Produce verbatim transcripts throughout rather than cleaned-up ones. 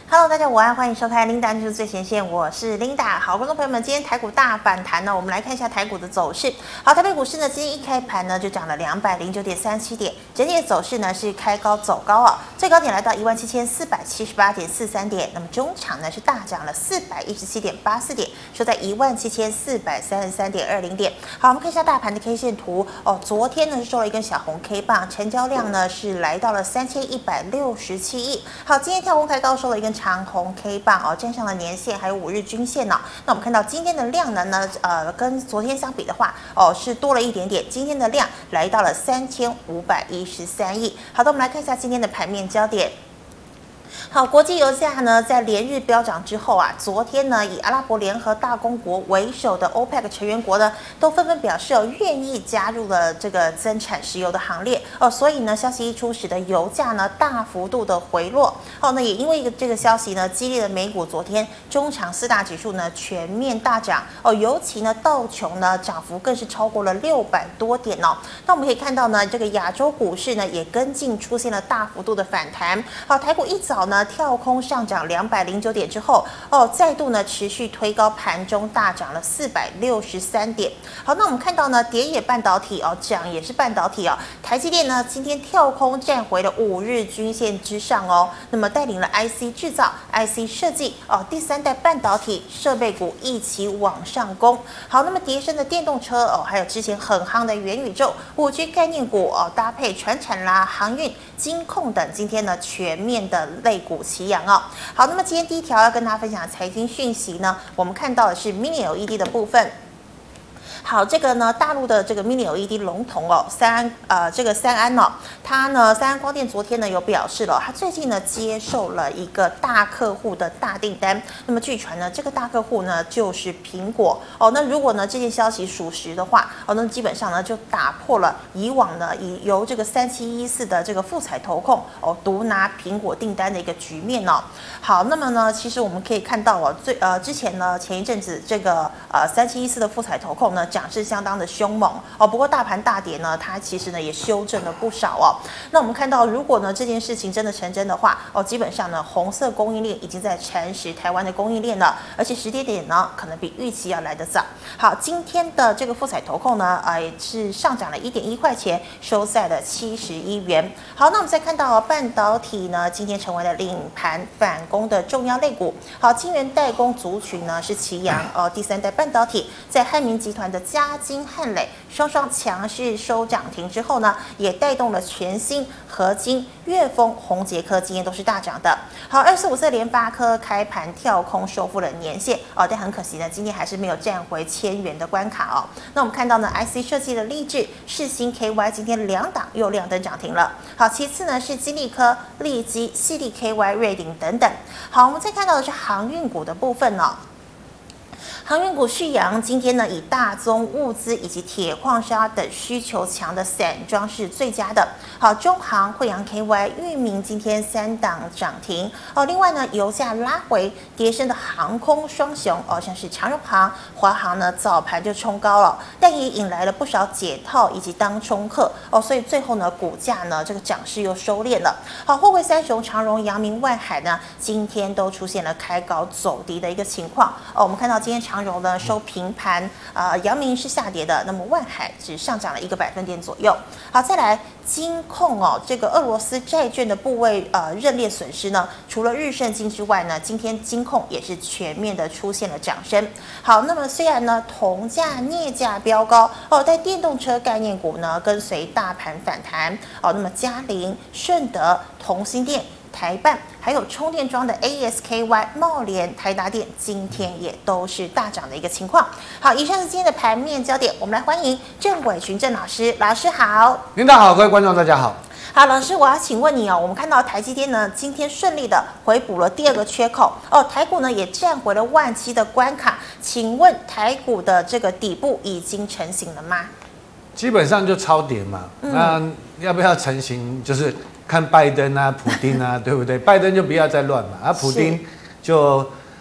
Hello， 大家午安，欢迎收看 Linda 技术最前线，我是 Linda。好，观众朋友们，今天台股大反弹呢，我们来看一下台股的走势。好，台北股市呢，今天一开盘呢就涨了两百零九点三七点，整体的走势呢是开高走高啊，最高点来到一万七千四百七十八点四三点，那么中场呢是大涨了四百一十七点八四点，收在一万七千四百三十三点二零点。好，我们看一下大盘的 K 线图哦，昨天呢是收了一根小红 K 棒，成交量呢是来到了三千一百六十七亿。好，今天跳空开高收了一根长红 K 棒哦，站上了年线还有五日均线哦。那我们看到今天的量能呢，呃，跟昨天相比的话，哦是多了一点点。今天的量来到了三千五百一十三亿。好的，我们来看一下今天的盘面焦点。好，国际油价呢在连日飙涨之后啊，昨天呢以阿拉伯联合大公国为首的 O P E C 成员国呢，都纷纷表示哦愿意加入了这个增产石油的行列哦，所以呢消息一出，使得油价呢大幅度的回落。哦，那也因为一个这个消息呢，激励了美股昨天中长四大指数呢全面大涨哦，尤其呢道琼呢涨幅更是超过了六百多点哦。那我们可以看到呢，这个亚洲股市呢也跟进出现了大幅度的反弹。好，台股一早呢跳空上涨两百零九点之后，哦，再度呢持续推高，盘中大涨了四百六十三点。好，那我们看到呢，跌也半导体哦，涨也是半导体哦。台积电呢今天跳空站回了五日均线之上哦，那么带领了 I C 制造、I C 设计哦，第三代半导体设备股一起往上攻。好，那么跌升的电动车哦，还有之前很夯的元宇宙、五 G 概念股哦，搭配传产啦、航运、金控等，今天呢全面的类股齐扬哦。好，那么今天第一条要跟大家分享的财经讯息呢，我们看到的是 Mini L E D 的部分。好，这个呢，大陆的这个 Mini L E D 龙头哦，三安呃，这个三安哦，它呢，三安光电昨天呢有表示了，它最近呢接受了一个大客户的大订单。那么据传呢，这个大客户呢就是苹果哦。那如果呢这件消息属实的话，哦，那基本上呢就打破了以往呢以由这个三七一四的这个富彩投控哦独拿苹果订单的一个局面哦。好，那么呢，其实我们可以看到哦，最呃之前呢前一阵子这个呃三七一四的富彩投控呢涨势相当的凶猛哦，不过大盘大跌呢，它其实呢也修正了不少哦。那我们看到，如果呢这件事情真的成真的话哦，基本上呢红色供应链已经在蚕食台湾的供应链了，而且时间点呢可能比预期要来得早。好，今天的这个富彩投控呢，呃是上涨了一点一块钱，收在了七十一元。好，那我们再看到、哦、半导体呢，今天成为了领盘反攻的重要类股。好，晶圆代工族群呢是齐扬哦，第三代半导体在汉明集团的嘉晶、汉磊双双强势收涨停之后呢，也带动了全新、合金、粤丰、宏捷科今天都是大涨的。好，二四五四联发科开盘跳空收复了年线哦，但很可惜呢，今天还是没有站回千元的关卡哦。那我们看到呢 ，I C 设计的励志、世芯 K Y 今天两档又亮灯涨停了。好，其次呢是金利科、利基、细粒 K Y、瑞鼎等等。好，我们再看到的是航运股的部分哦。航运股续扬，今天呢以大宗物资以及铁矿砂等需求强的散装是最佳的。好，中航、惠阳 K Y、裕民今天三档涨停哦。另外呢，油价拉回，跌升的航空双雄哦，像是长荣航、华航呢，早盘就冲高了，但也引来了不少解套以及当冲客哦，所以最后呢，股价呢这个涨势又收敛了。好，货柜三雄长荣、阳明、万海呢，今天都出现了开高走低的一个情况哦。我们看到今天长荣呢收平盘，呃，阳明是下跌的，那么万海只上涨了一个百分点左右。好，再来金控哦，这个俄罗斯债券的部位呃认列损失呢，除了日盛金之外呢，今天金控也是全面的出现了涨升。好，那么虽然呢铜价、镍价飙高哦，但电动车概念股呢跟随大盘反弹哦，那么嘉陵、顺德、同欣电、台办还有充电桩的 A S K Y、茂联、台达电今天也都是大涨的一个情况。好，以上是今天的盘面焦点，我们来欢迎郑伟群郑老师，老师好。 领导好，各位观众大家好。 好，老师，我要请问你哦，我们看到台积电呢今天顺利的回补了第二个缺口哦，台股呢也站回了万七的关卡，请问台股的这个底部已经成型了吗？ 基本上就超跌嘛，嗯、那要不要成型就是看拜登啊、普丁啊，对不对？拜登就不要再乱嘛，啊，普丁就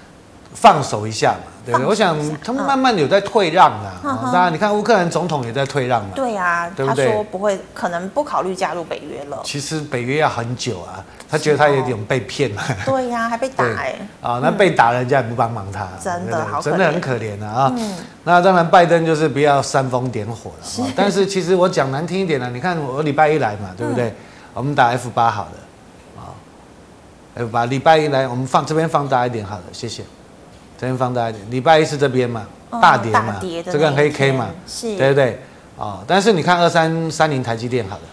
放手一下嘛，对不对？我想他们慢慢有在退让啦。 嗯当然，你看乌克兰总统也在退让嘛。 对啊， 对不对？ 他说不会，可能不考虑加入北约了。 其实北约要很久啊，他觉得他有点被骗嘛。 对呀、啊，还被打哎、欸。 啊，那被打人家也不帮忙他， 真的好可怜， 真的很可怜啊啊。嗯、那当然，拜登就是不要煽风点火了。啊、但是其实我讲难听一点呢，你看我礼拜一来嘛，对不对？嗯、我们打 F 八好了。F 八礼拜一来，我们放这边放大一点好了，谢谢。这边放大一点，礼拜一是这边嘛，哦、大跌嘛，这个黑 K 嘛， 是， 对不对？哦，但是你看二三三零台积电好了，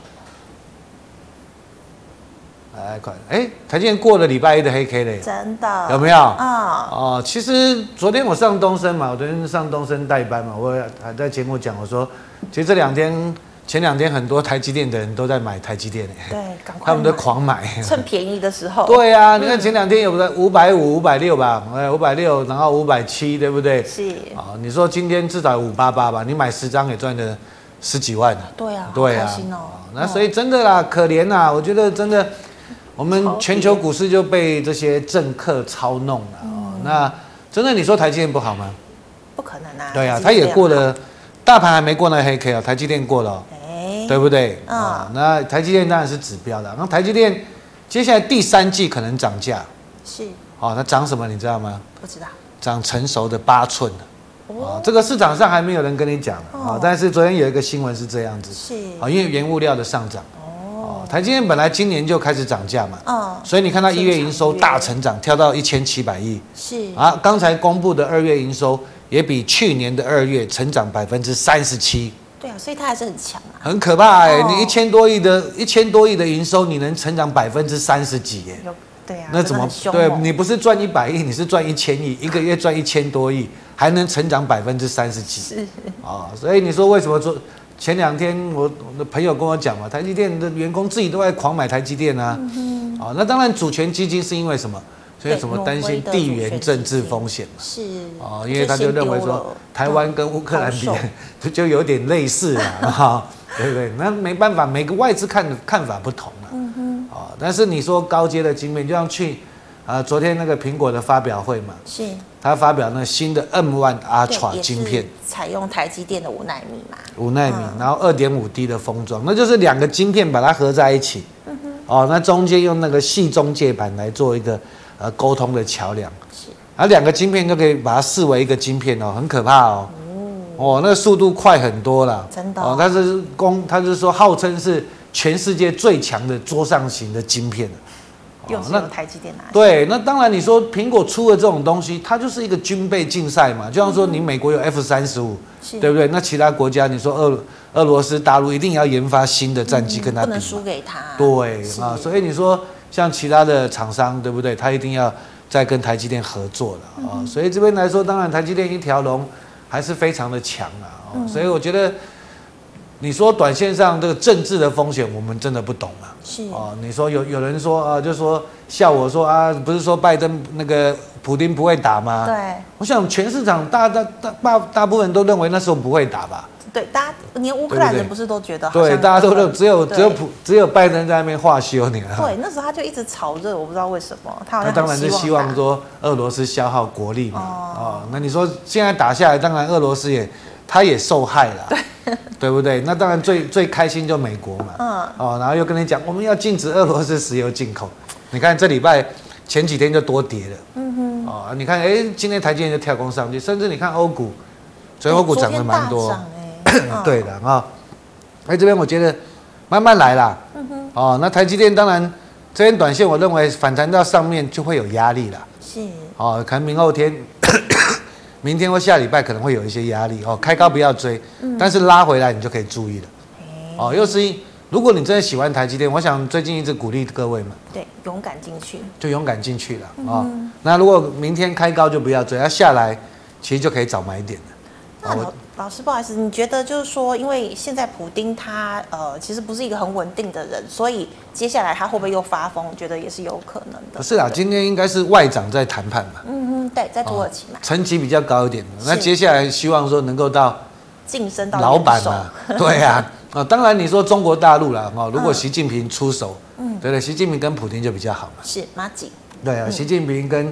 来快，哎，台积电过了礼拜一的黑 K 嘞， 真的有没有？啊、 哦， 哦，其实昨天我上东升嘛，我昨天上东升代班嘛，我还在节目讲，我说，其实这两天。前两天很多台积电的人都在买台积电， 对，赶快他们都狂买， 趁便宜的时候。 对啊，你看前两天有的五百五、五百六吧，哎，五百六，然后五百七，对不对？ 是啊，你说今天至少五八八吧，你买十张也赚了十几万。 对啊， 对啊， 开心哦。 那所以真的啦，可怜啦，我觉得真的，我们全球股市就被这些政客操弄了哦。那真的你说台积电不好吗？ 不可能啊。 对啊，它也过了。大盘还没过那黑 K 啊，台积电过了、喔，欸、对不对？啊、嗯哦，那台积电当然是指标的。那台积电接下来第三季可能涨价， 是。 哦，它涨什么你知道吗？ 不知道。 涨成熟的八寸哦，哦，这个市场上还没有人跟你讲啊、哦哦。但是昨天有一个新闻是这样子， 是。 哦，因为原物料的上涨。哦。台积电本来今年就开始涨价嘛，嗯，所以你看它一月营收大成长，跳到一千七百亿。 是。 啊，刚才公布的二月营收。也比去年的二月成长百分之三十七， 对啊，所以它还是很强啊， 很可怕哎、欸！ 哦、 你一千多亿的一千多亿的营收，你能成长百分之三十几耶？ 对啊， 那怎么对？你不是赚一百亿，你是赚一千亿，一个月赚一千多亿，还能成长百分之三十几？ 是啊、哦，所以你说为什么做？前两天我我的朋友跟我讲嘛，台积电的员工自己都在狂买台积电啊，嗯、哦，那当然主权基金是因为什么？所以什么担心地缘政治风险嘛？ 是哦，因为他就认为说台湾跟乌克兰比，就有点类似啦，哈，对不对？那没办法，每个外资看看法不同啦。嗯哼。哦，但是你说高阶的晶片，就像去啊、呃、昨天那个苹果的发表会嘛， 是， 他发表那新的 M 一 Ultra 晶片， 采用台积电的五奈米嘛， 五奈米，嗯、然后二点五 D 的封装，那就是两个晶片把它合在一起。嗯哼。哦，那中间用那个细中介板来做一个。呃，沟通的桥梁，是，而两个晶片就可以把它视为一个晶片哦，很可怕哦，哦，那个速度快很多啦， 真的哦，它是公，它是说号称是全世界最强的桌上型的晶片又是由台积电拿。 对，那当然你说苹果出的这种东西，它就是一个军备竞赛嘛，就像说你美国有 F 三十五，对不对？那其他国家你说俄俄罗斯大陆一定要研发新的战机跟它比， 不能输给他。 对啊，所以你说。像其他的厂商，对不对？他一定要再跟台积电合作了啊、嗯哦，所以这边来说，当然台积电一条龙还是非常的强啊、哦嗯，所以我觉得你说短线上这个政治的风险，我们真的不懂嘛。 是哦，你说有有人说啊，就说笑我说啊，不是说拜登那个普丁不会打吗？ 对， 我想全市场大大大大大部分人都认为那时候不会打吧。 对，大家连乌克兰人不是都觉得好像对，大家都认只有只有普只有拜登在那边话休你了。 对，那时候他就一直炒热，我不知道为什么，他好像他当然是希望说俄罗斯消耗国力嘛。哦，哦那你说现在打下来，当然俄罗斯也他也受害了，对，对不对？那当然最最开心就美国嘛。嗯。哦，然后又跟你讲我们要禁止俄罗斯石油进口，你看这礼拜前几天就多跌了。嗯哼。哦，你看，哎，今天台积电就跳空上去，甚至你看欧股，昨天欧股涨得蛮多。对的啊，哎，这边我觉得慢慢来啦。嗯哼。哦，那台积电当然这边短线，我认为反弹到上面就会有压力啦。 是。 哦，可能明后天、明天或下礼拜可能会有一些压力哦，开高不要追，嗯、但是拉回来你就可以注意了。哦，又是一，如果你真的喜欢台积电，我想最近一直鼓励各位嘛。 对，勇敢进去。就勇敢进去了啊、嗯哦！那如果明天开高就不要追，要下来其实就可以找买点了。 那老老师，不好意思，你觉得就是说，因为现在普丁他呃其实不是一个很稳定的人，所以接下来他会不会又发疯？我觉得也是有可能的。 不是啦，今天应该是外长在谈判嘛。 嗯哼，对，在土耳其嘛。 层级比较高一点的，那接下来希望说能够到晋升到老板嘛。对啊，啊，当然你说中国大陆啦，哦，如果习近平出手，嗯，对对，习近平跟普丁就比较好嘛。 是马吉。 对啊，习近平跟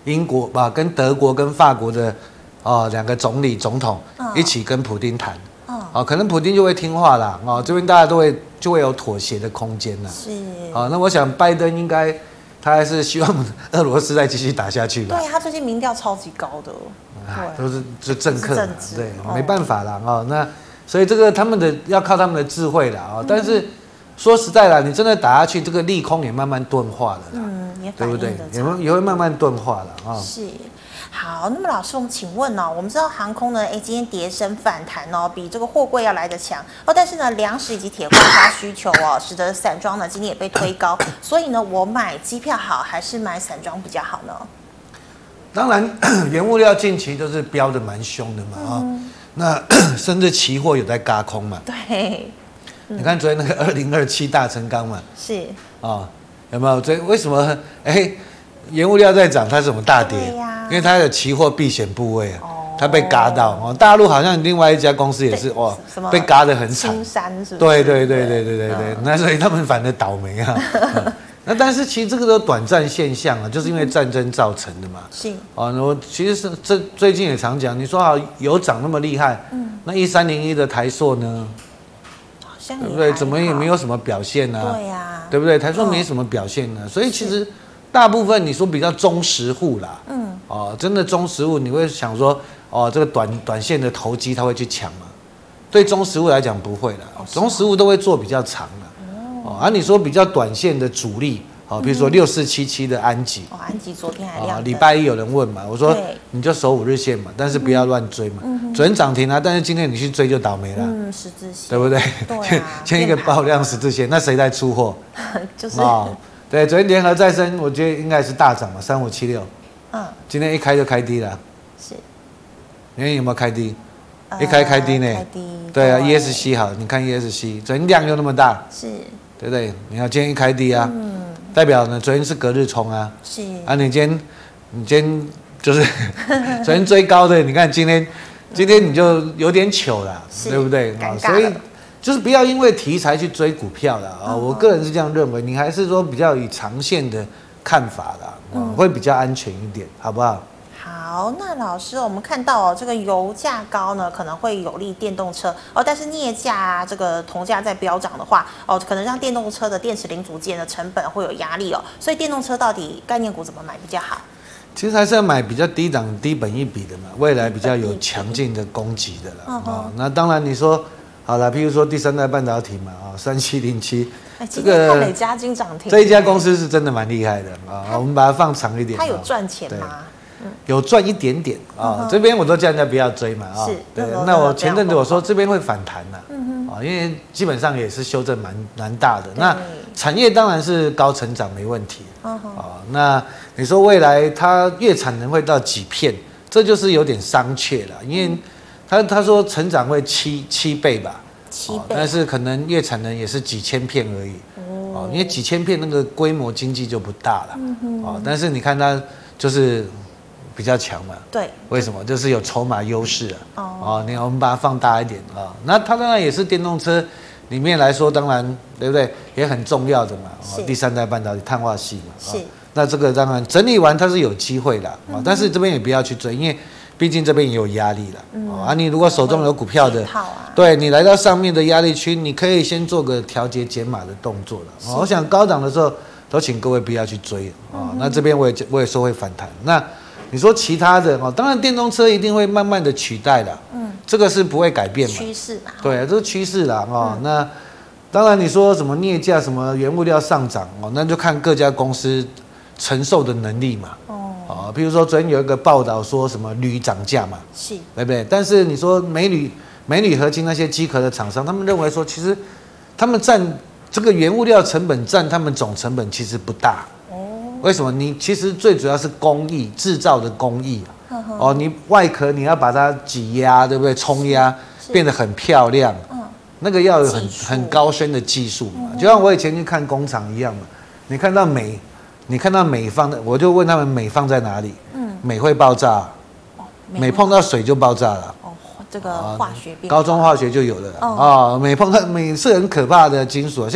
英国啊，跟德国跟法国的哦两个总理总统一起跟普丁谈。哦，可能普丁就会听话啦，哦，这边大家都会就会有妥协的空间啦。 是， 哦，那我想拜登应该他还是希望俄罗斯再继续打下去吧。 对，他最近民调超级高的， 啊，都是就政客嘛，对， 哦、 没办法啦，哦，那所以这个他们的要靠他们的智慧啦，哦，但是说实在啦，你真的打下去，这个利空也慢慢钝化了啦， 嗯，也对不对？也会也会慢慢钝化了啊。哦、 是。好，那么老师，我们请问哦，我们知道航空呢，哎，今天跌升反弹哦，比这个货柜要来得强哦，但是呢，粮食以及铁矿砂需求哦，使得散装呢今天也被推高，所以呢，我买机票好还是买散装比较好呢？ 当然，原物料近期都是飙得蛮凶的嘛啊、嗯哦，那甚至期货有在轧空嘛。 对， 嗯、你看昨天那个二零二七大成钢嘛， 是啊、 哦，有没有？这为什么？哎，原物料在涨，它怎么大跌？因为它有期货避险部位啊，哦、它被嘎到哦。大陆好像另外一家公司也是哇，被嘎得很惨。 青山是不是？ 对对对对对对对，嗯、那所以他们反而倒霉啊。嗯、那但是其实这个都短暂现象啊，就是因为战争造成的嘛。是哦，我其实是这最近也常讲，你说好油涨那么厉害，嗯，那一三零一的台塑呢？ 好像对不对？怎么也没有什么表现呢、啊？ 对呀、啊， 对不对？台塑没什么表现呢、啊，所以其实。大部分你说比较中实户啦，嗯，哦，真的中实户，你会想说，哦，这个短短线的投机他会去抢吗？对中实户来讲不会啦，哦、中实户都会做比较长的，哦，而、啊、你说比较短线的主力，哦，比如说六四七七的安吉， 哦，安吉昨天还亮， 礼拜一有人问嘛，我说你就守五日线嘛，但是不要乱追嘛，嗯、昨天涨停啊，但是今天你去追就倒霉了， 嗯，十字线， 对不对？ 对啊， 签一个爆量十字线，那谁在出货？ 就是。 哦对，昨天联合再生，我觉得应该是大涨嘛，三五七六。嗯。今天一开就开低了。是。你看有没有开低？呃、一开开低呢。开低。对啊 ，E S C 好，你看 E S C， 昨天量又那么大。是。对不对？你看今天一开低啊，嗯、代表呢昨天是隔日冲啊。是。啊，你今天你今天就是昨天追高的，你看今天今天你就有点糗了，对不对？ 啊， 所以。就是不要因为题材去追股票啦啊！我个人是这样认为，你还是说比较以长线的看法啦，嗯，会比较安全一点，好不好？ 好，那老师，我们看到哦，这个油价高呢，可能会有利电动车哦，但是镍价啊，这个铜价在飙涨的话哦，可能让电动车的电池零组件的成本会有压力哦，所以电动车到底概念股怎么买比较好？ 其实还是要买比较低档、低本益比的嘛，未来比较有强劲的供给的啦。啊、哦，那当然你说。好了，譬如说第三代半导体嘛，啊，三七零七， 这个泰磊嘉金涨停， 这一家公司是真的蛮厉害的啊。我们把它放长一点， 它有赚钱吗？ 有赚一点点啊。这边我都叫人家不要追嘛啊。是，对。那我前阵子我说这边会反弹呐，啊，因为基本上也是修正蛮蛮大的。那产业当然是高成长没问题啊。那你说未来它月产能会到几片？这就是有点商榷了，因为。他他说成长会七七倍吧， 七倍、啊哦， 但是可能月产能也是几千片而已，哦，哦因为几千片那个规模经济就不大了，嗯、哦，但是你看它就是比较强嘛， 对， 为什么？就是有筹码优势啊，哦，哦你我们把它放大一点啊、哦，那它当然也是电动车里面来说，当然对不对？也很重要的嘛，哦，第三代半导体碳化系嘛，是、哦，那这个当然整理完它是有机会的，嗯、但是这边也不要去追，因为。毕竟这边也有压力了，嗯、啊，你如果手中有股票的， 啊、 对你来到上面的压力区，你可以先做个调节减码的动作了。啊、我想高档的时候，都請各位不要去追啊。嗯、那这边我也我也说會反彈。那你說其他的哦，當然電動車一定會慢慢的取代啦。嗯，這個是不會改變嘛。 趨勢嘛。 對啊，這是趨勢啦哦。嗯、那當然你說什麼鎳價、什麼原物料上漲哦，那就看各家公司承受的能力嘛。哦。啊，譬如說昨天有一個報道說什麼鋁漲價嘛，是，對不對？但是你說鎂鋁、鎂鋁合金那些機殼的廠商，他們認為說其實他們佔這個原物料成本佔他們總成本其實不大。哦。為什麼？你其實最主要是工藝製造的工藝啊。哦，你外殼你要把它擠壓，對不對？沖壓變得很漂亮。嗯。那個要有很很高深的技術嘛，就像我以前去看工廠一樣嘛。你看到鎂，你看到鎂放的，我就問他們鎂放在哪裡？嗯。鎂會爆炸。哦。鎂碰到水就爆炸了。 哦，這個化學變化。 高中化學就有了。哦。鎂碰到鎂是很可怕的金屬，像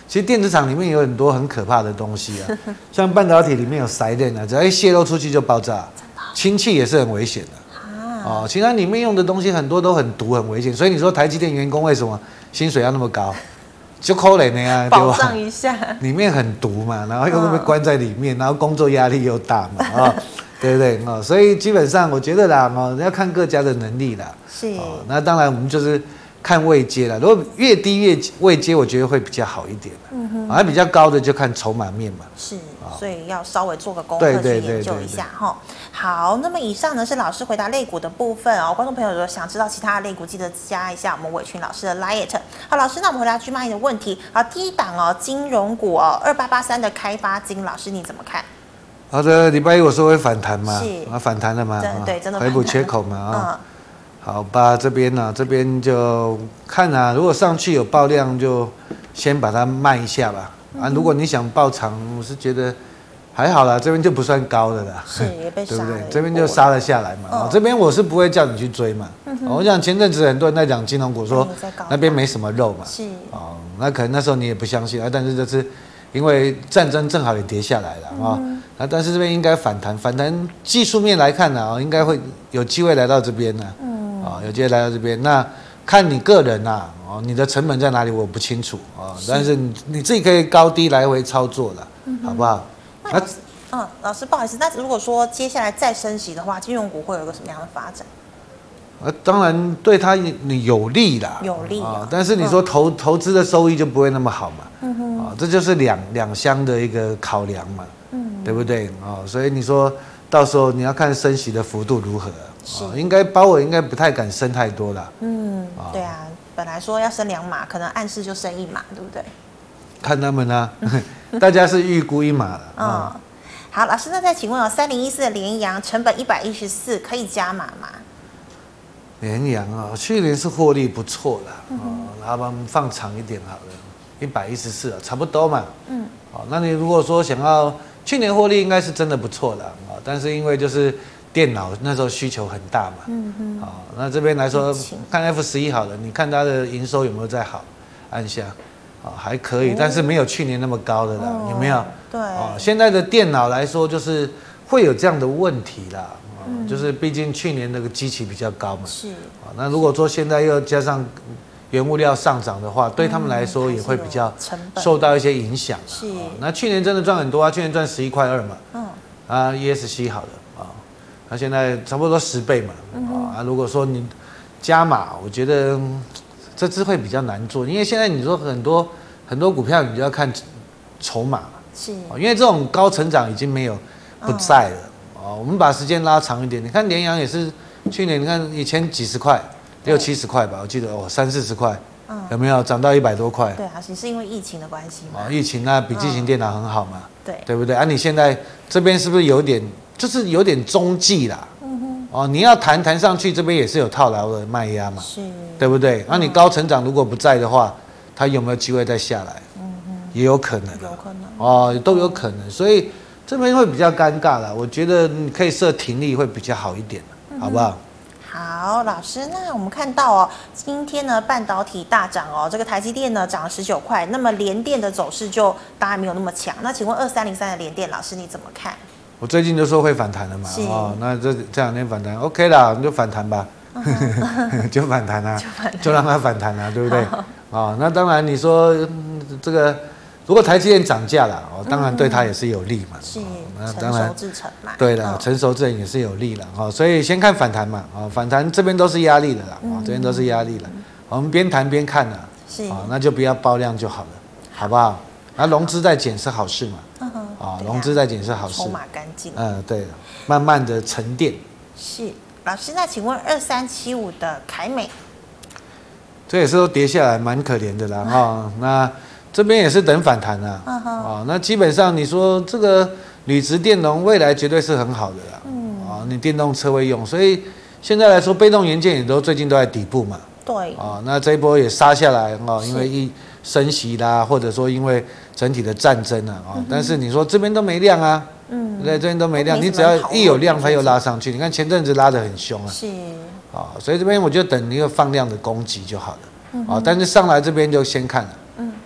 其实电子厂里面有很多很可怕的东西啊，像半导体里面有塞电啊，只要一泄露出去就爆炸，氢气也是很危险的。哦，其实它里面用的东西很多都很毒很危险，所以你说台积电员工为什么薪水要那么高？就可怜的呀， 保障一下。 里面很毒嘛，然后又被关在里面，然后工作压力又大嘛，啊、哦，对不对？哦，所以基本上我觉得啦，哦，要看各家的能力啦。 是。 哦，那当然我们就是看位阶啦，如果越低越位阶，我觉得会比较好一点。嗯哼。啊，比较高的就看筹码面嘛。 是。所以要稍微做个功课去研究一下哈。好，那么以上呢是老师回答类股的部分哦。观众朋友如果想知道其他的类股，记得加一下我们伟群老师的 Line。好，老师，那我们回答居蚂蚁的问题。好，第一档哦，金融股哦，二八八三的开发金，老师你怎么看？ 好的，礼拜一我说会反弹嘛， 是啊，反弹了嘛， 对，真的回补缺口嘛啊。嗯好吧，这边呢、啊，这边就看啊，如果上去有爆量，就先把它卖一下吧。啊，如果你想爆长，我是觉得还好啦，这边就不算高的啦， 是也被杀了， 对不对？这边就杀了下来嘛。哦、这边我是不会叫你去追嘛。嗯、我想前阵子很多人在讲金融股说那边没什么肉嘛， 是哦，那可能那时候你也不相信啊，但是这次因为战争正好也跌下来了啊、哦嗯，那但是这边应该反弹，反弹技术面来看呢、啊，应该会有机会来到这边呢、啊。嗯啊、哦，有机会来到这边，那看你个人呐、啊，哦，你的成本在哪里我不清楚啊、哦，但是你你自己可以高低来回操作了、嗯，好不好？ 那嗯，老师不好意思，那如果说接下来再升息的话，金融股会有一个什么样的发展？ 啊，当然对它你有利啦， 有利啊、 哦，但是你说投、嗯、投资的收益就不会那么好嘛，嗯哼，啊、哦，这就是两两相的一个考量嘛，嗯，对不对？哦，所以你说到时候你要看升息的幅度如何。哦、应该鲍尔应该不太敢升太多啦。 嗯、哦，对啊，本来说要升两码，可能暗示就升一码，对不对？ 看他们啊，大家是预估一码了。 嗯、哦，好，老师，那再请问哦，三零一四的联阳成本一百一十四，可以加码吗？ 联阳啊，去年是获利不错啦，嗯、哦，然后我们放长一点好了，一百一十四啊，差不多嘛。嗯，哦，那你如果说想要去年获利，应该是真的不错的啊、哦，但是因为就是。电脑那时候需求很大嘛，嗯哼，好、哦，那这边来说看 F 十一好了，你看它的营收有没有再好？按下，啊、哦，还可以、哦，但是没有去年那么高的啦，哦、有没有？ 对， 哦，现在的电脑来说就是会有这样的问题啦，哦、嗯，就是毕竟去年那个基期比较高嘛， 是， 啊、哦，那如果说现在又加上原物料上涨的话，对他们来说也会比较受到一些影响、啊， 是、 哦，那去年真的赚很多啊，去年赚十一块二嘛，嗯，啊 ，E S C 好了。那现在差不多十倍嘛，嗯、啊，如果说你加码，我觉得、嗯、这支会比较难做，因为现在你说很多很多股票，你就要看筹码， 是， 因为这种高成长已经没有不在了，哦，哦我们把时间拉长一点，你看联阳也是去年，你看以前几十块，六七十块吧，我记得哦，三四十块，嗯，有没有涨到一百多块？ 对啊，也是因为疫情的关系嘛， 哦，疫情那笔记型电脑很好嘛， 嗯、对， 对不对？啊，你现在这边是不是有点？就是有点中继啦，嗯哼，哦，你要弹弹上去，这边也是有套牢的卖压嘛， 是， 对不对？那、嗯啊、你高成长如果不在的话，它有没有机会再下来？嗯哼，也有可能， 有可能， 哦，都有可能，所以这边会比较尴尬啦。我觉得你可以设停利会比较好一点，嗯、好不好？ 好，老师，那我们看到哦，今天呢半导体大涨哦，这个台积电呢涨了十九块，那么联电的走势就当然没有那么强。那请问二三零三的联电，老师你怎么看？ 我最近就说会反弹了嘛，哦，那这这两天反弹 OK 啦，你就反弹吧，嗯、就反弹啊，就让它反弹啊，对不对？哦，那当然你说、嗯、这个如果台积电涨价了，哦，当然对它也是有利嘛， 是、哦， 那当然成熟制程嘛， 对了，成熟制程也是有利了，哦，所以先看反弹嘛，哦，反弹这边都是压力的啦，哦，这边都是压力了，我们边谈边看啦， 是， 哦，那就不要爆量就好了，好不好？那融资再减是好事嘛。啊，融资再减是好事， 筹码干净。 嗯，对了，慢慢的沉淀。 是，老师，那请问二三七五的凯美， 这也是都跌下来，蛮可怜的啦哈、哦。那这边也是等反弹啊。啊、哦，那基本上你说这个铝质电容未来绝对是很好的啦。嗯。啊、哦，你电动车会用，所以现在来说，被动元件也都最近都在底部嘛。 对。 啊、哦，那这一波也杀下来哦，因为一升息啦，或者说因为整体的战争啊，哦，嗯、但是你说这边都没量啊，嗯，对，这边都没量，你只要一有量，它又拉上去。你看前阵子拉得很凶啊， 是， 啊、哦，所以这边我就等一个放量的攻击就好了，嗯、啊，但是上来这边就先看了，嗯，啊、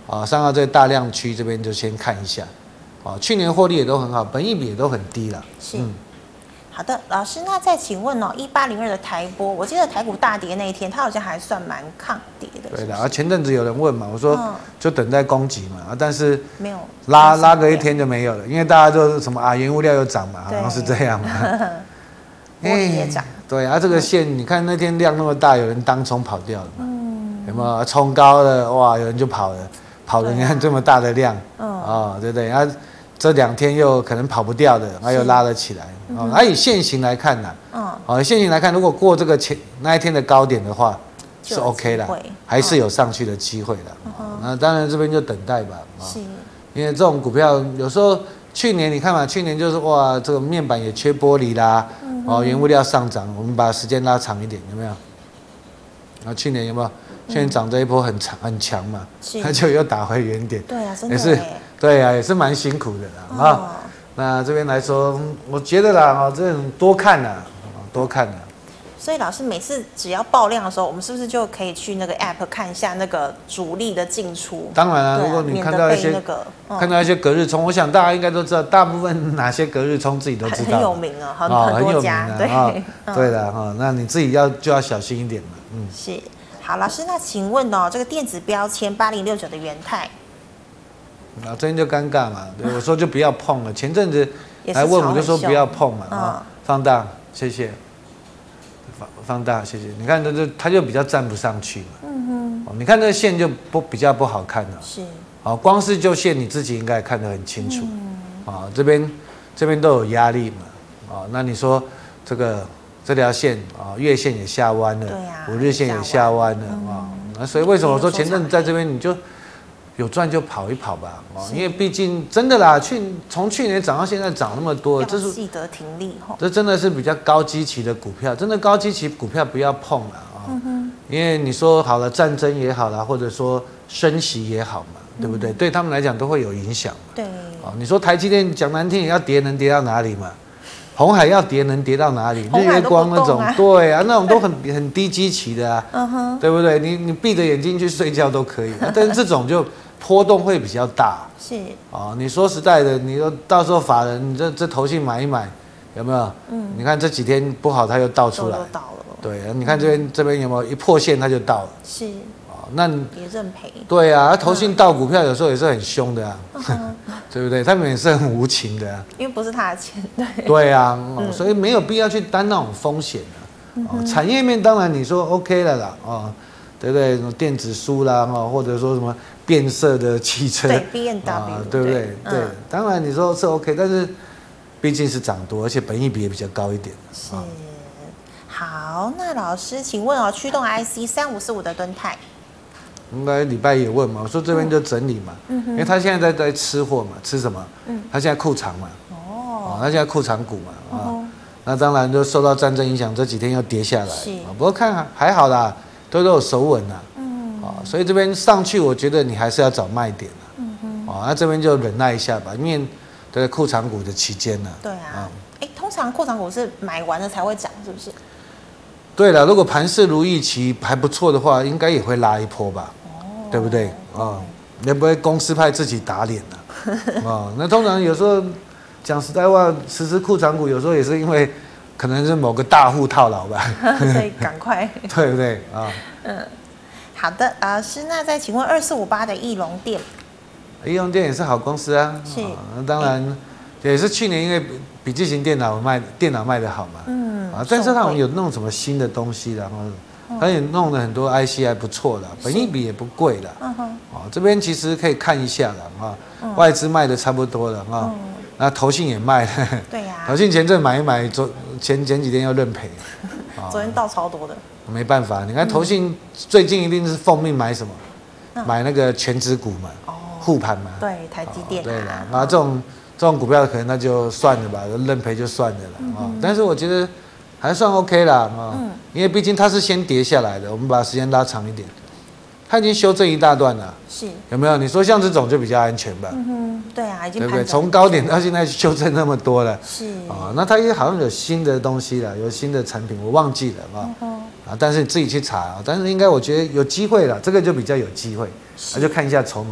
啊，上到这个大量区这边就先看一下，啊，去年获利也都很好，本益比也都很低了。 是。嗯好的，老师，那再请问哦，一八零二的台波，我记得台股大跌那一天，它好像还算蛮抗跌的。 对的，啊，前阵子有人问嘛，我说就等待攻击嘛，啊，但是没有拉拉个一天就没有了，因为大家都什么啊，原物料又涨嘛，好像是这样嘛。 玻璃也涨。 对啊，这个线你看那天量那么大，有人当冲跑掉了嘛？嗯。有没有冲高了？哇，有人就跑了，跑了，你看这么大的量，嗯，哦，对不对？啊。这两天又可能跑不掉的，然后又拉了起来。哦，而以现行来看呢，嗯，哦，现行来看，如果过这个前那一天的高点的话，是 OK 的，还是有上去的机会的。那当然这边就等待吧。是，因为这种股票有时候去年你看嘛，去年就是哇，这个面板也缺玻璃啦，哦，原物料上涨，我们把时间拉长一点，有没有？啊，去年有没有？去年涨这一波很长很强嘛，它就又打回原点。 对啊，真的也是，对啊，也是蛮辛苦的啦。啊、哦，那这边来说，我觉得啦，啊，这种多看啦，多看啦。 所以老师每次只要爆量的时候，我们是不是就可以去那个 app 看一下那个主力的进出？ 当然啦、啊，如果你看到一些、那个嗯、看到一些隔日冲，我想大家应该都知道，大部分哪些隔日冲自己都知道， 很有名啊，很、哦、很多家，对、 哦嗯、对的哈、哦，那你自己要就要小心一点嘛，嗯， 是。好，老师，那请问哦，这个电子标签八零六九的元泰， 啊，这边就尴尬嘛，对我说就不要碰了。前阵子来问我就说不要碰嘛，啊、嗯，放大，谢谢，放放大，谢谢。你看它就它就比较站不上去嘛，嗯哼，哦，你看这个线就不比较不好看了，是，哦，光是就线你自己应该看得很清楚，嗯，啊，这边这边都有压力嘛，啊，那你说这个。这条线啊，月线也下弯了，啊、五日线也下弯了啊、嗯。那所以为什么说前阵子在这边你就有赚就跑一跑吧啊？因为毕竟真的啦，去从去年涨到现在涨那么多， 这是记得停利吼。 这真的是比较高基期的股票，真的高基期股票不要碰了啊、嗯。因为你说好了战争也好啦，或者说升息也好嘛，对不对？嗯、对他们来讲都会有影响。 对。 啊，你说台积電講難聽也要跌，能跌到哪裡嘛？紅海要跌能跌到哪裡？日月光那種，對啊，那種都很很低基期的啊，嗯、對不對？你你閉着眼睛去睡覺都可以，啊、但是這種就波動會比較大。是啊，你說實在的，你說到時候法人，你這這投信買一買，有沒有？嗯，你看這幾天不好，它又倒出來，都倒了。對啊，你看這邊、嗯、這邊有沒有一破線它就倒了？是啊，那也認賠。 對啊，投信倒股票有時候也是很兇的啊。嗯對不對？他們也是很無情的啊， 因為不是他的錢，對。 對啊、嗯，所以沒有必要去擔那種風險啊、嗯哦。產業面當然你說 OK 了啦，哦，對不對？什麼電子書啦，哦，或者說什麼變色的汽車， 對 B M W，、哦、 對不對？ 對， 對、嗯，當然你說是 OK，但是畢竟是漲多，而且本益比也比較高一點。 是。哦、好，那老師請問哦，驅動 I C 三五四五的敦泰。 應該禮拜也問嘛，我說這邊就整理嘛，嗯、因為他現在在在吃貨嘛，吃什麼？嗯，他現在庫藏嘛，哦，他現在庫藏股嘛，啊、哦，那當然就受到戰爭影響，這幾天又跌下來，是，不過看還好啦，都都有守穩啦，嗯，啊，所以這邊上去，我覺得你還是要找賣點啦，嗯哼，啊，那這邊就忍耐一下吧，因為對庫藏股的期間呢， 對啊，哎、嗯，通常庫藏股是買完了才會漲，是不是？ 對了，如果盤勢如預期還不錯的話，應該也會拉一波吧。對不對啊？也不會公司派自己打臉了啊？那通常有時候講實在話，實施庫藏股有時候也是因為可能是某個大戶套牢吧， 所以趕快， 對不對啊？ 嗯，好的，老師，那再請問二四五八的義隆電， 義隆電也是好公司啊，是，啊、當然也是去年因為筆記型電腦賣電腦賣得好嘛，嗯，啊，但是他們有弄什麼新的東西，然後。他也弄了很多 I C 還不錯的，本益比也不貴的，嗯哼，哦，這邊其實可以看一下了啊，嗯、外資賣的差不多了啊，嗯、那投信也賣了，對呀、啊，投信前陣買一買，昨前前幾天要認賠， 昨天倒超多的， 沒辦法，你看投信最近一定是奉命買什麼，嗯、買那個權值股嘛，哦，護盤嘛， 對，台積電、啊哦，對啦， 啊，這種這種股票可能那就算了吧，認賠就算了啦，啊、嗯，但是我覺得。還算 OK 啦，啊、嗯，因為畢竟它是先跌下來的，我們把時間拉長一點，它已經修正一大段了，是，有沒有？你說像這種就比較安全吧？嗯哼，對啊，已經對不對？從高點到現在修正那麼多了，是啊，那它也好像有新的東西了，有新的產品，我忘記了啊，嗯、啊，但是你自己去查啊，但是應該我覺得有機會了，這個就比較有機會，那就看一下籌碼。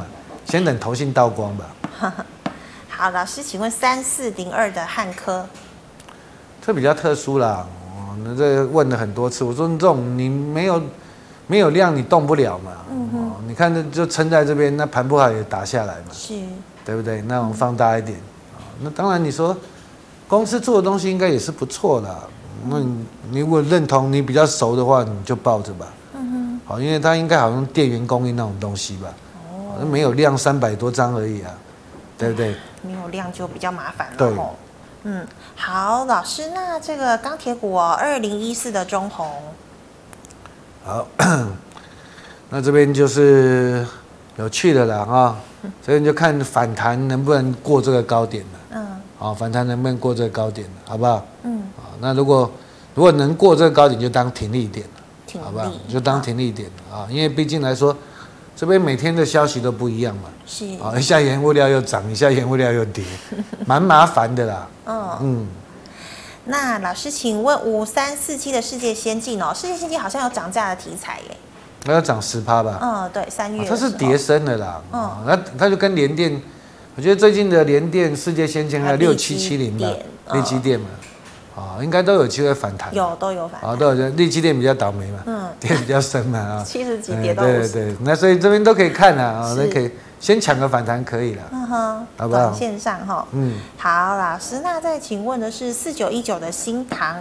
先等投信倒光吧。 好，老师，请问三四零二的汉科， 这比较特殊啦。哦，那这问了很多次，我说这种你没有没有量，你动不了嘛。嗯哼。哦，你看这就撑在这边，那盘不好也打下来嘛。 是。 对不对？那我们放大一点。哦，那当然你说公司做的东西应该也是不错啦。那你你如果认同，你比较熟的话，你就抱着吧。嗯哼。好，因为它应该好像电源供应那种东西吧。哦。没有量三百多张而已啊，对不对？ 没有量就比较麻烦了。对。嗯，好，老师，那这个钢铁股哦，二零一四的中鸿。 好，那这边就是有趣的了啊。这边就看反弹能不能过这个高点了。嗯。好，反弹能不能过这个高点了，好不好？嗯。好，那如果如果能过这个高点，就当停利点了，好不好？就当停利点了啊，因为毕竟来说，这边每天的消息都不一样嘛。是。啊，一下原物料又涨，一下原物料又跌，蛮麻烦的啦。嗯。嗯。 那老师，请问五三四七的世界先进哦，世界先进好像有涨价的题材耶。 那要涨十趴吧？ 嗯，对，三月、哦。 它是跌升的啦。嗯。那它就跟联电，我觉得最近的联电、世界先进还有六七七零吧，力积电嘛，啊，应该都有机会反弹。 有，都有反弹。 啊，都有。力积电比较倒霉嘛，嗯，跌比较深嘛，啊， 七十几跌到五十。 对对对，那所以这边都可以看啦，啊，那可以先抢个反弹可以了。嗯哼，好不好？ 短线上哈。嗯。好，老师，那再请问的是四九一九的新唐。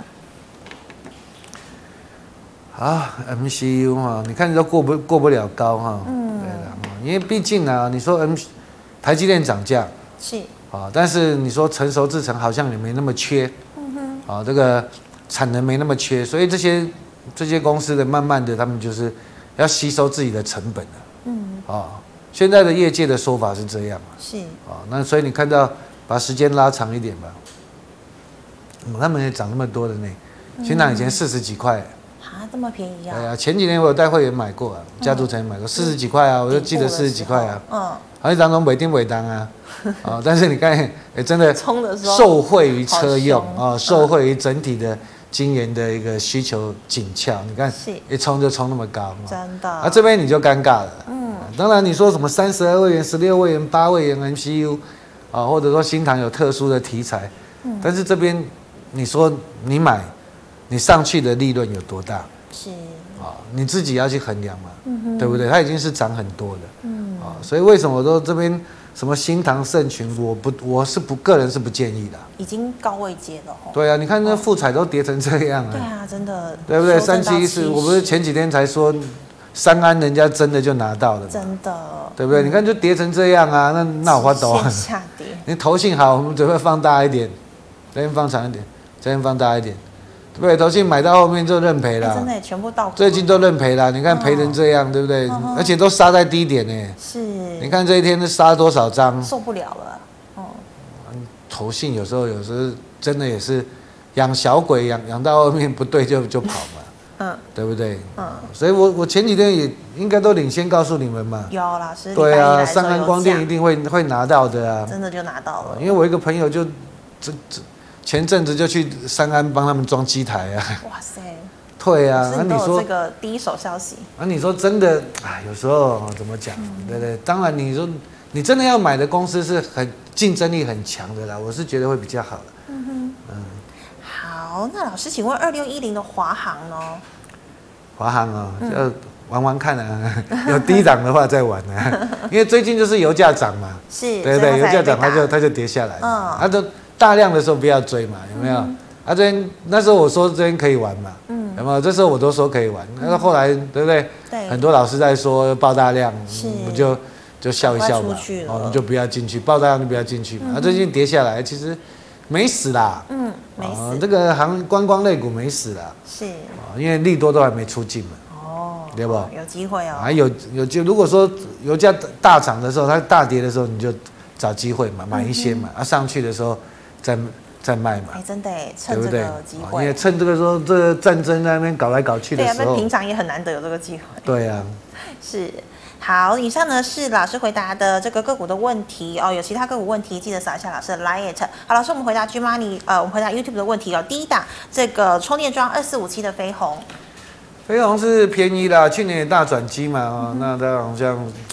啊 ，M C U 哈，你看你都过不过不了高哈，嗯，对了，因为毕竟啊，你说 M 台积电涨价是啊，但是你说成熟制程好像也没那么缺，嗯哼，啊，这个产能没那么缺，所以这些这些公司的慢慢的他们就是要吸收自己的成本了，嗯，啊，现在的业界的说法是这样是啊，那所以你看到把时间拉长一点吧，嗯，他们也涨那么多的呢，新唐以前四十几块。 啊，这么便宜啊！ 对啊，前几年我有带会员买过啊，家族成员买过，四十几块啊，我就记得四十几块啊。嗯。而且当中尾定尾当啊，啊，但是你看，哎，真的受惠于车用啊，受惠于整体的晶圆的一个需求紧俏，你看一冲就冲那么高， 真的。 啊，这边你就尴尬了。嗯。当然你说什么三十二位元、十六位元、八位元 M C U 啊，或者说新唐有特殊的题材，嗯，但是这边你说你买。你上去的利润有多大？是啊，你自己要去衡量嘛，嗯、对不对？它已经是涨很多了，嗯啊，所以为什么我说这边什么新唐盛群，我不我是不个人是不建议的， 已经高位接了哦。 对啊，你看那富彩都跌成这样啊， 对啊，真的， 对不对？三七一四，我不是前几天才说三安人家真的就拿到了， 真的， 对不对？嗯、你看就跌成这样啊，那那我花多啊？ 下跌， 你投信好，我们准备放大一点，这边放长一点，这边放大一点。对，投信买到后面就认赔了， 真的全部倒。 最近都认赔了，你看赔成这样，对不对？而且都杀在低点呢。是。你看这一天是杀多少张？ 受不了了。哦。 投信有时候有时候真的也是养小鬼，养养到后面不对就就跑嘛。嗯。对不对？嗯。所以我我前几天也应该都领先告诉你们嘛。 有老师。 对啊，上岸光电一定会会拿到的啊。 真的就拿到了。 因为我一个朋友就这这。前阵子就去三安帮他们装机台啊！哇塞，对啊， 那你说这个第一手消息， 那你说真的啊？有时候怎么讲？嗯、对对，当然你说你真的要买的公司是很竞争力很强的啦，我是觉得会比较好的。嗯哼， 嗯，好，那老师，请问二六一零的华航呢？ 华航哦，就玩玩看啊，有低档的话再玩啊，因为最近就是油价涨嘛，是，对对，油价涨它就它就跌下来，嗯，它就。大量的时候不要追嘛，有没有？嗯、啊，这边那时候我说这边可以玩嘛，嗯，有没有？这时候我都说可以玩，那、嗯、后来对不对？对，很多老师在说爆大量，我就就笑一笑嘛，哦，你就不要进去，爆大量就不要进去嘛。嗯、啊，最近跌下来，其实没死啦，嗯，没死，哦、这个行观光类股没死啦，是，哦，因为利多都还没出尽嘛，哦，对不？ 有机会哦， 还有有就如果说油价大涨的时候，它大跌的时候，你就找机会嘛，买一些嘛，嗯、啊，上去的时候。再再卖嘛， 哎，真的哎，趁这个机会， 因为趁这个时候，这个战争在那边搞来搞去的时候， 对啊，那平常也很难得有这个机会。 对啊， 是。好，以上呢是老师回答的这个个股的问题哦，有其他个股问题记得扫一下老师的 Line。好，老师，我们回答 G Money， 呃，我们回答 YouTube 的问题哦。第一档这个充电桩二四五七的飞鸿， 飞鸿是便宜啦，去年也大转机嘛，哦，嗯、那它好像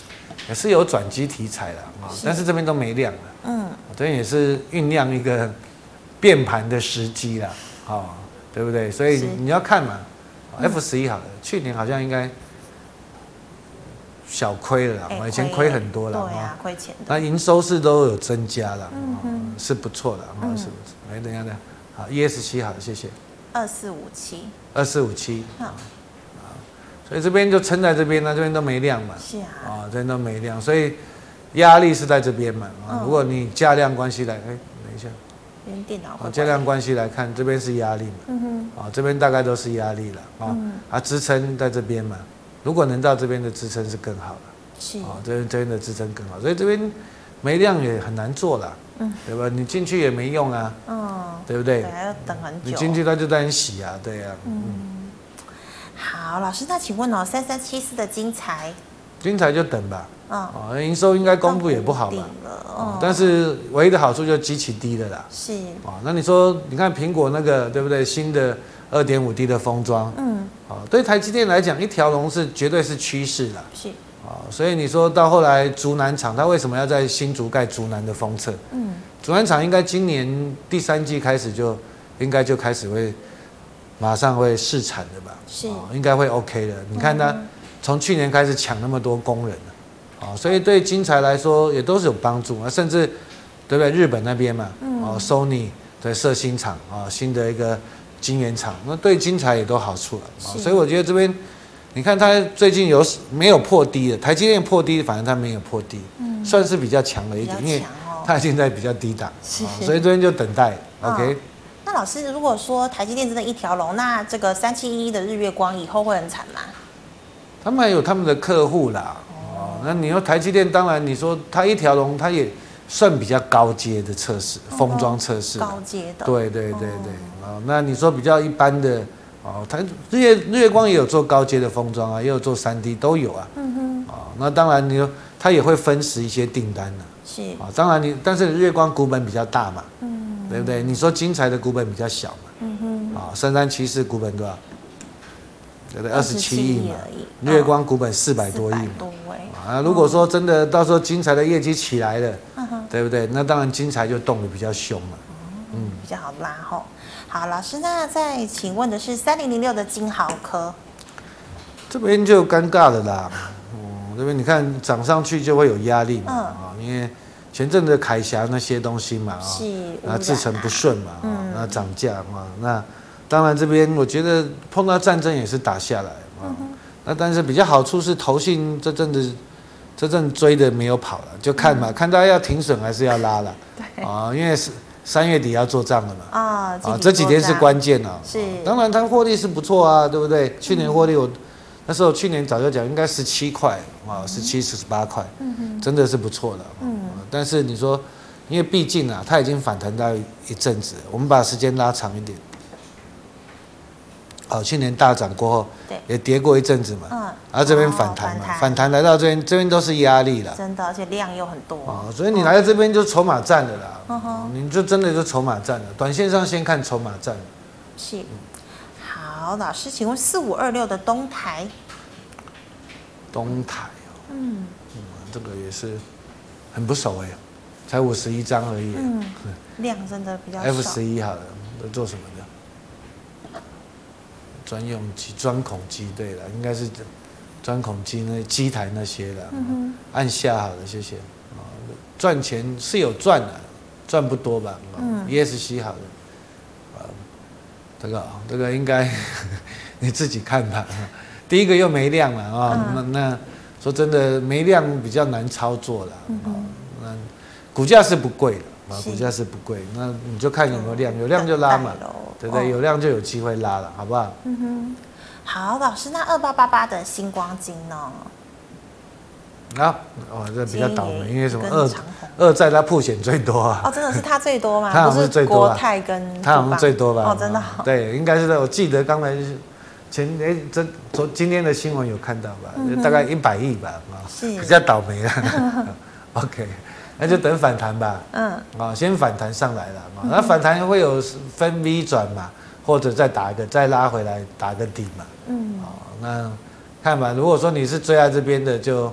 也是有转机题材了啊，但是这边都没量了，嗯，这边也是酝酿一个变盘的时机了，哦，对不对？所以你要看嘛 ，F 十一好了，去年好像应该小亏了啦， 欸、 以前亏很多了， 对啊，亏钱的， 那营收是都有增加了，嗯、是不错的，嗯、是不是？哎，等一下等一下，好 ，E S 七好了，谢谢。 二四五七， 二四五七，好，所以这边就撑在这边呢，这边都没量嘛， 是啊， 啊，这边都没量，所以压力是在这边嘛，啊，如果你价量关系来，哎，等一下， 连电脑， 啊，价量关系来看，这边是压力嘛，嗯哼，啊，这边大概都是压力了，啊，啊，支撑在这边嘛，如果能到这边的支撑是更好的， 是， 啊，这边这边的支撑更好，所以这边没量也很难做了。嗯，对吧？你进去也没用啊，嗯，对不对？ 对，还要等很久。 你进去它就在你洗啊，对呀、啊。 嗯，嗯好，老师，那请问哦，三三七四的精材， 精材就等吧，嗯，哦，营收应该公布也不好吧， 嗯， 但是唯一的好处就是基期低了啦， 是， 哦，那你说，你看苹果那个对不对？新的二点五 D 的封装，嗯，哦，对台积电来讲，一条龙是绝对是趋势啦， 是。 啊，所以你说到后来竹南厂，它为什么要在新竹盖竹南的封测？嗯，竹南厂应该今年第三季开始就应该就开始会马上会试产的吧？ 是， 哦、应该会 OK 的。你看它从去年开始抢那么多工人了，哦，所以对精材来说也都是有帮助啊，甚至对不对？日本那边嘛，哦 ，Sony 的设新厂啊，新的一个晶圆厂，那对精材也都好处了啊，所以我觉得这边。你看它最近有没有破低的？台积电破低，反正它没有破低，嗯、算是比较强了一点，因为它现在比较低档，哦、所以这边就等待。哦、OK。 那老师，如果说台积电真的一条龙，那这个三七一的日月光以后会很惨吗？ 他们还有他们的客户啦，哦，那你说台积电，当然你说它一条龙，它也算比较高阶的测试，封装测试， 高阶的。 对对对对，哦，那你说比较一般的。哦，它日月日月光也有做高阶的封装啊，也有做 三 D 都有啊。嗯哼。哦，那当然你说它也会分时一些订单呢、啊。是。啊、哦，当然你但是日月光股本比较大嘛，嗯，对不对？你说精材的股本比较小嘛，嗯哼。啊、哦，三三七四股本多少？对不对？二十七亿嘛。日月光股本四百多亿嘛。多啊，如果说真的到时候精材的业绩起来了，嗯哼，对不对？那当然精材就动得比较凶嘛。 嗯，比较好拉吼。好，老师，那再请问的是三零零六的金豪科， 这边就尴尬了啦。嗯，这边你看涨上去就会有压力嘛，啊、嗯，因为前阵的凯霞那些东西嘛，啊，那制程不顺嘛，啊、嗯，那涨价嘛，那当然这边我觉得碰到战争也是打下来啊，嗯、那但是比较好处是投信这阵子这阵追的没有跑了，就看嘛，嗯、看大家要停损还是要拉了，对，啊，因为是。三月底要做账了嘛？啊、哦，这几天是关键啊。是，当然它获利是不错啊，对不对？去年获利我、嗯、那时候去年早就讲应该十七块啊，十七十八块，嗯、真的是不错的。嗯，但是你说，因为毕竟啊，它已经反弹到一阵子了，我们把时间拉长一点。哦，去年大涨过后，对，也跌过一阵子嘛，嗯，然后这边反弹嘛，哦、反弹来到这边，这边都是压力了， 真的，而且量又很多， 哦，所以你来到这边就筹码战了啦，嗯、你就真的就筹码战了，短线上先看筹码战。 是，好，老师，请问四五二六的东台， 东台哦，嗯，嗯，这个也是很不熟哎，才五十一张而已，嗯， 量真的比较少。 F 十一好了，都做什么的？专用机、钻孔机，对了，应该是钻孔机那机台那些的，嗯、按下好了，谢谢。啊，赚钱是有赚的，赚不多吧？嗯 ，E S C 好了，啊，这个这个应该你自己看吧。第一个又没量了啊，嗯、那那说真的没量比较难操作了，嗯、那股价是不贵的，啊，股价是不贵，那你就看有没有量，有量就拉嘛。对不对？有量就有机会拉了，好不好？ 嗯哼，好，老师，那二八八八的星光金呢？ 啊，哦，这比较倒霉，因为什么二二债它曝险最多啊。 哦，真的是它最多吗？ 它好像是最多啊。 国泰跟它好像最多吧？ 哦，真的。 对，应该是的。我记得刚才前哎，这昨今天的新闻有看到吧？大概一百亿吧，啊，比较倒霉了。OK。那就等反弹吧，嗯，啊，先反弹上来了，那反弹会有分 V 转嘛，或者再打一个，再拉回来打个底嘛，嗯，啊，那看吧，如果说你是追在这边的就，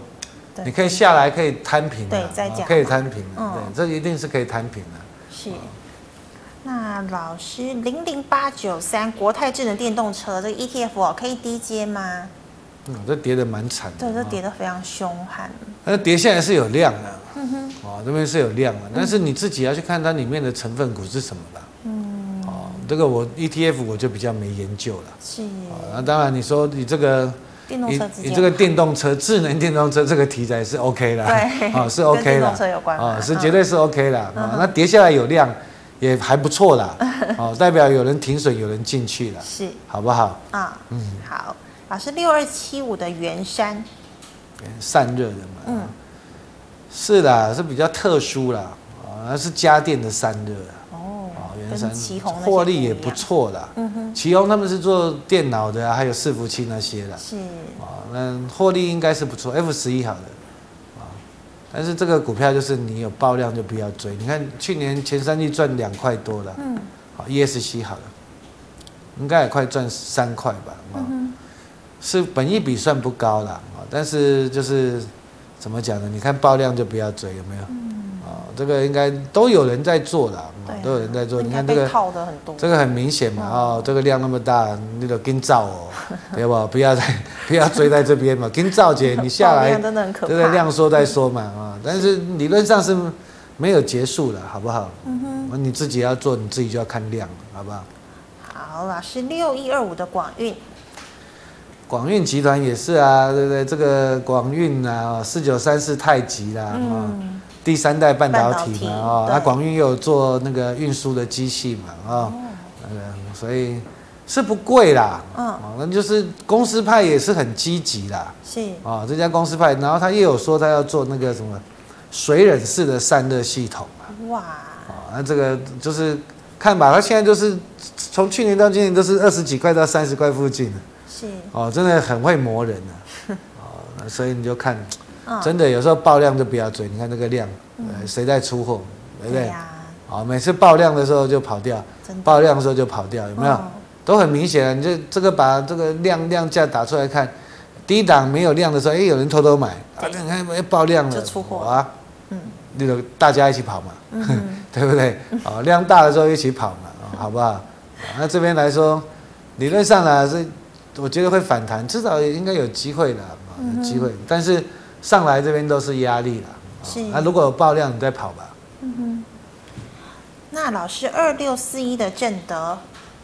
你可以下来可以摊平， 对，再讲、 哦、可以摊平， 嗯、 对，这一定是可以摊平的。 是。哦、那老师零零八九三国泰智能电动车这个 E T F 哦，可以低接吗？ 嗯，这跌得蛮惨的。 对，这跌得非常凶悍。 那跌下来是有量的， 嗯哼， 哦，这边是有量的，但是你自己要去看它里面的成分股是什么啦。嗯，哦，这个我 E T F 我就比较没研究了。 是。 哦，那当然你说你这个。 电动车你这个电动车、智能电动车这个题材是 OK 的， 对， 哦是 OK 的， 跟电动车有关哦是绝对是 OK 的，哦那跌下来有量也还不错啦，哦代表有人停损，有人进去了， 是， 好不好？ 啊，嗯，好，老师六二七五的圆山， 散热的嘛，嗯，是啦，是比较特殊啦，哦那是家电的散热。 跟奇鋐获利也不错啦，嗯哼，奇鋐他们是做电脑的、啊，还有伺服器那些的， 是啊，那获利应该是不错 ，F 十一好的，啊，但是这个股票就是你有爆量就不要追，你看去年前三季赚两块多了，嗯，好 ，E S C 好了，应该也快赚三块吧，啊、嗯，是本益比算不高啦，啊，但是就是怎么讲呢？你看爆量就不要追，有没有？嗯这个应该都有人在做啦，啊、都有人在做。你看这个，这个很明显嘛，哦，嗯、这个量那么大，那个跟造哦，对不？不要再不要追在这边嘛，跟造姐你下来， 真的很可怕。 这个量缩再说嘛，啊，但是理论上是没有结束的，好不好？嗯哼，你自己要做，你自己就要看量，好不好？ 好，老师六一二五的广运。 广运集团也是啊，对不对？这个广运啊，四九三四太极啦，嗯。第三代半导体嘛，哦，那广运又有做那个运输的机器嘛，哦，那个所以是不贵啦，嗯，那就是公司派也是很积极啦， 是， 哦，这家公司派，然后他也有说他要做那个什么水冷式的散热系统啊，哇，哦，那这个就是看吧，他现在就是从去年到今年都是二十几块到三十块附近， 是， 哦，真的很会磨人啊，哦，所以你就看。真的有时候爆量就不要追，你看这个量，谁、嗯、在出货，对不对？啊、哦，每次爆量的时候就跑掉，爆量的时候就跑掉，有没有？哦、都很明显。你就这个把这个量量价打出来看，低档没有量的时候，哎，有人偷偷买，啊，你看哎爆量了， 就出货啊，嗯，那个大家一起跑嘛，嗯、对不对？哦，量大的时候一起跑嘛，哦、好不好？哦、那这边来说，理论上呢是，我觉得会反弹，至少应该有机会的，哦、有机会，嗯、但是。上来这边都是压力了，是。那、啊、如果有爆量，你再跑吧。嗯哼。 那老师二六四一的正德，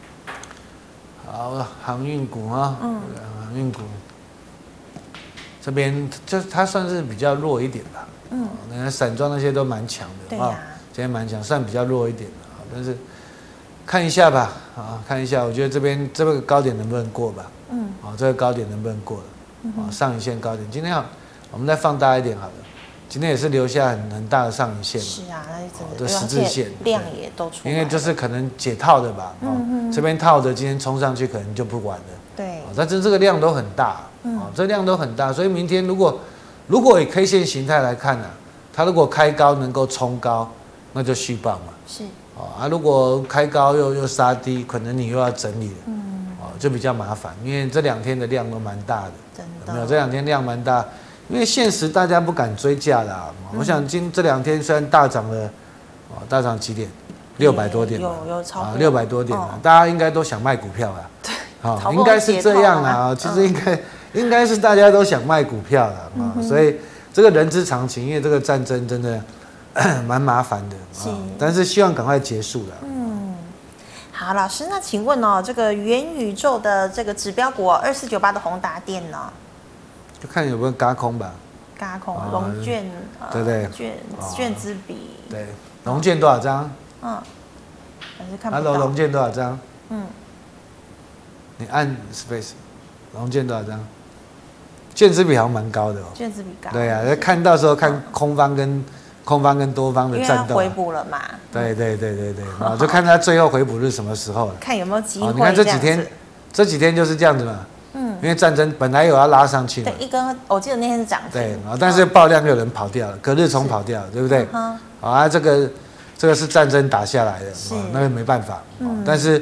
好，航运股啊，嗯，航运股这边就它算是比较弱一点吧。嗯。那个散装那些都蛮强的， 对呀、啊， 今天蛮强，算比较弱一点的，但是看一下吧，啊，看一下，我觉得这边这个高点能不能过吧？嗯。啊，这个高点能不能过了？啊，上影线高点，今天好。我们再放大一点好了，今天也是留下很很大的上影线嘛。 是啊，那真的。的十字线量也都出来。 因为就是可能解套的吧，嗯嗯，这边套的今天冲上去可能就不玩了。 对。 但是这个量都很大，嗯，这量都很大，所以明天如果如果以 K 线形态来看呢、啊，它如果开高能够冲高，那就续报嘛。 是。 哦啊，如果开高又又杀低，可能你又要整理了，嗯，哦就比较麻烦，因为这两天的量都蛮大的， 真的。 没有这两天量蛮大。因为现实大家不敢追价啦、啊，嗯、我想今这两天虽然大涨了，哦，大涨几点？六百多点吧， 有有超过啊，六百多点、哦、大家应该都想卖股票啦，对，啊、哦，应该是这样啦、啊，其实应该、嗯、应该是大家都想卖股票啦，啊、嗯，所以这个人之常情，因为这个战争真的蛮麻烦的，是、啊，但是希望赶快结束了。 嗯，好，老师，那请问哦，这个元宇宙的这个指标股二四九八的宏达电呢？ 就看有没有轧空吧， 轧空融券， 对不对？ 券券资比， 对，融券多少张？ 嗯，还是看不到。 Hello， 融券多少张？嗯，你按 space， 融券多少张？券资比好像蛮高的哦。 券资比高。 对啊，看到时候看空方跟空方跟多方的战斗。 回补了嘛？ 对对对对对，啊，就看他最后回补是什么时候了。 看有没有机会。 你看这几天，这几天就是这样子嘛。嗯，因为战争本来有要拉上去嘛， 对，一根我记得那天是涨停， 对，但是爆量有人跑掉了，隔日冲跑掉了，对不对？啊，这个这个是战争打下来的，那个没办法。嗯，但是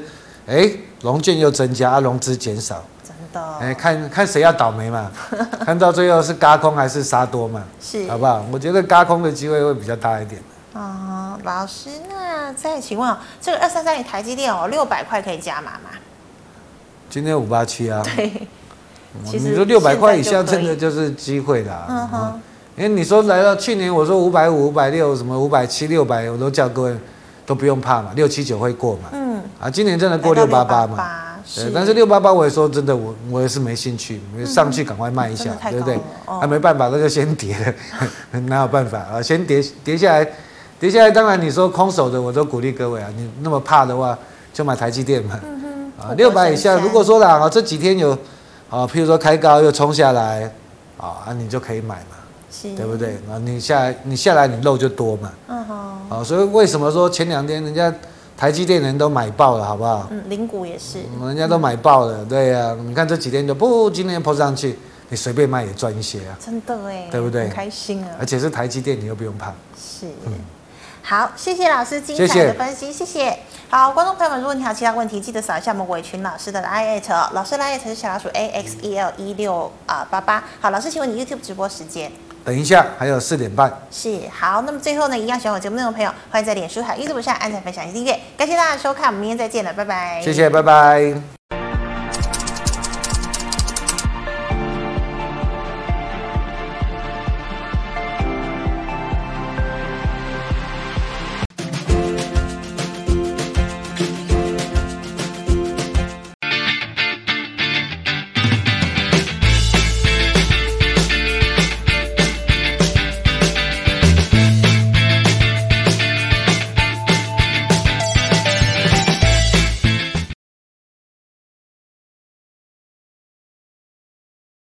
哎，融券又增加，啊，融资减少。哎，看看谁要倒霉嘛，看到最后是轧空还是杀多嘛， 是好不好？我觉得轧空的机会会比较大一点。 哦，老师，那再请问哦，这个二三三零台积电哦，六百块可以加码吗？ 今天五八七啊， 对，其实你说六百块以下真的就是机会啦。嗯哼，因为你说来到去年我说五百五、五百六，什么五百七、六百，我都叫各位都不用怕嘛，六七九会过嘛。嗯，啊，今年真的过六八八嘛。对，但是六八八我也说真的，我我也是没兴趣，上去赶快卖一下，嗯、对不对？哦、啊，没办法，那就先跌了，哪有办法啊？先跌跌下来，跌下来，当然你说空手的，我都鼓励各位啊，你那么怕的话，就买台积电嘛。嗯哼。啊，六百以下，如果说啦，啊这几天有啊，譬如说开高又冲下来，啊，你就可以买嘛，对不对？啊，你下来你下来你肉就多嘛。嗯哼。啊，所以为什么说前两天人家？台积电人都买爆了，好不好？ 嗯，零股也是， 人家都买爆了，对呀、啊。你看这几天就不，今天抛上去，你随便卖也赚一些啊。 真的哎， 对不对？ 很开心啊。 而且是台积电，你又不用怕。 是，嗯、好，谢谢老师精彩的分析，谢谢。谢谢好，观众朋友们，如果你还有其他问题，记得扫一下我们伟群老师的 I at 哦，老师的 I at 是小老鼠 A X E L 一六啊八八。好，老师，请问你 YouTube 直播时间？ 等一下，还有四点半。 是好，那么最后呢，一样喜欢我节目内容的朋友，欢迎在脸书还有 YouTube 上按赞、分享、订阅。感谢大家的收看，我们明天再见了，拜拜。 谢谢，拜拜。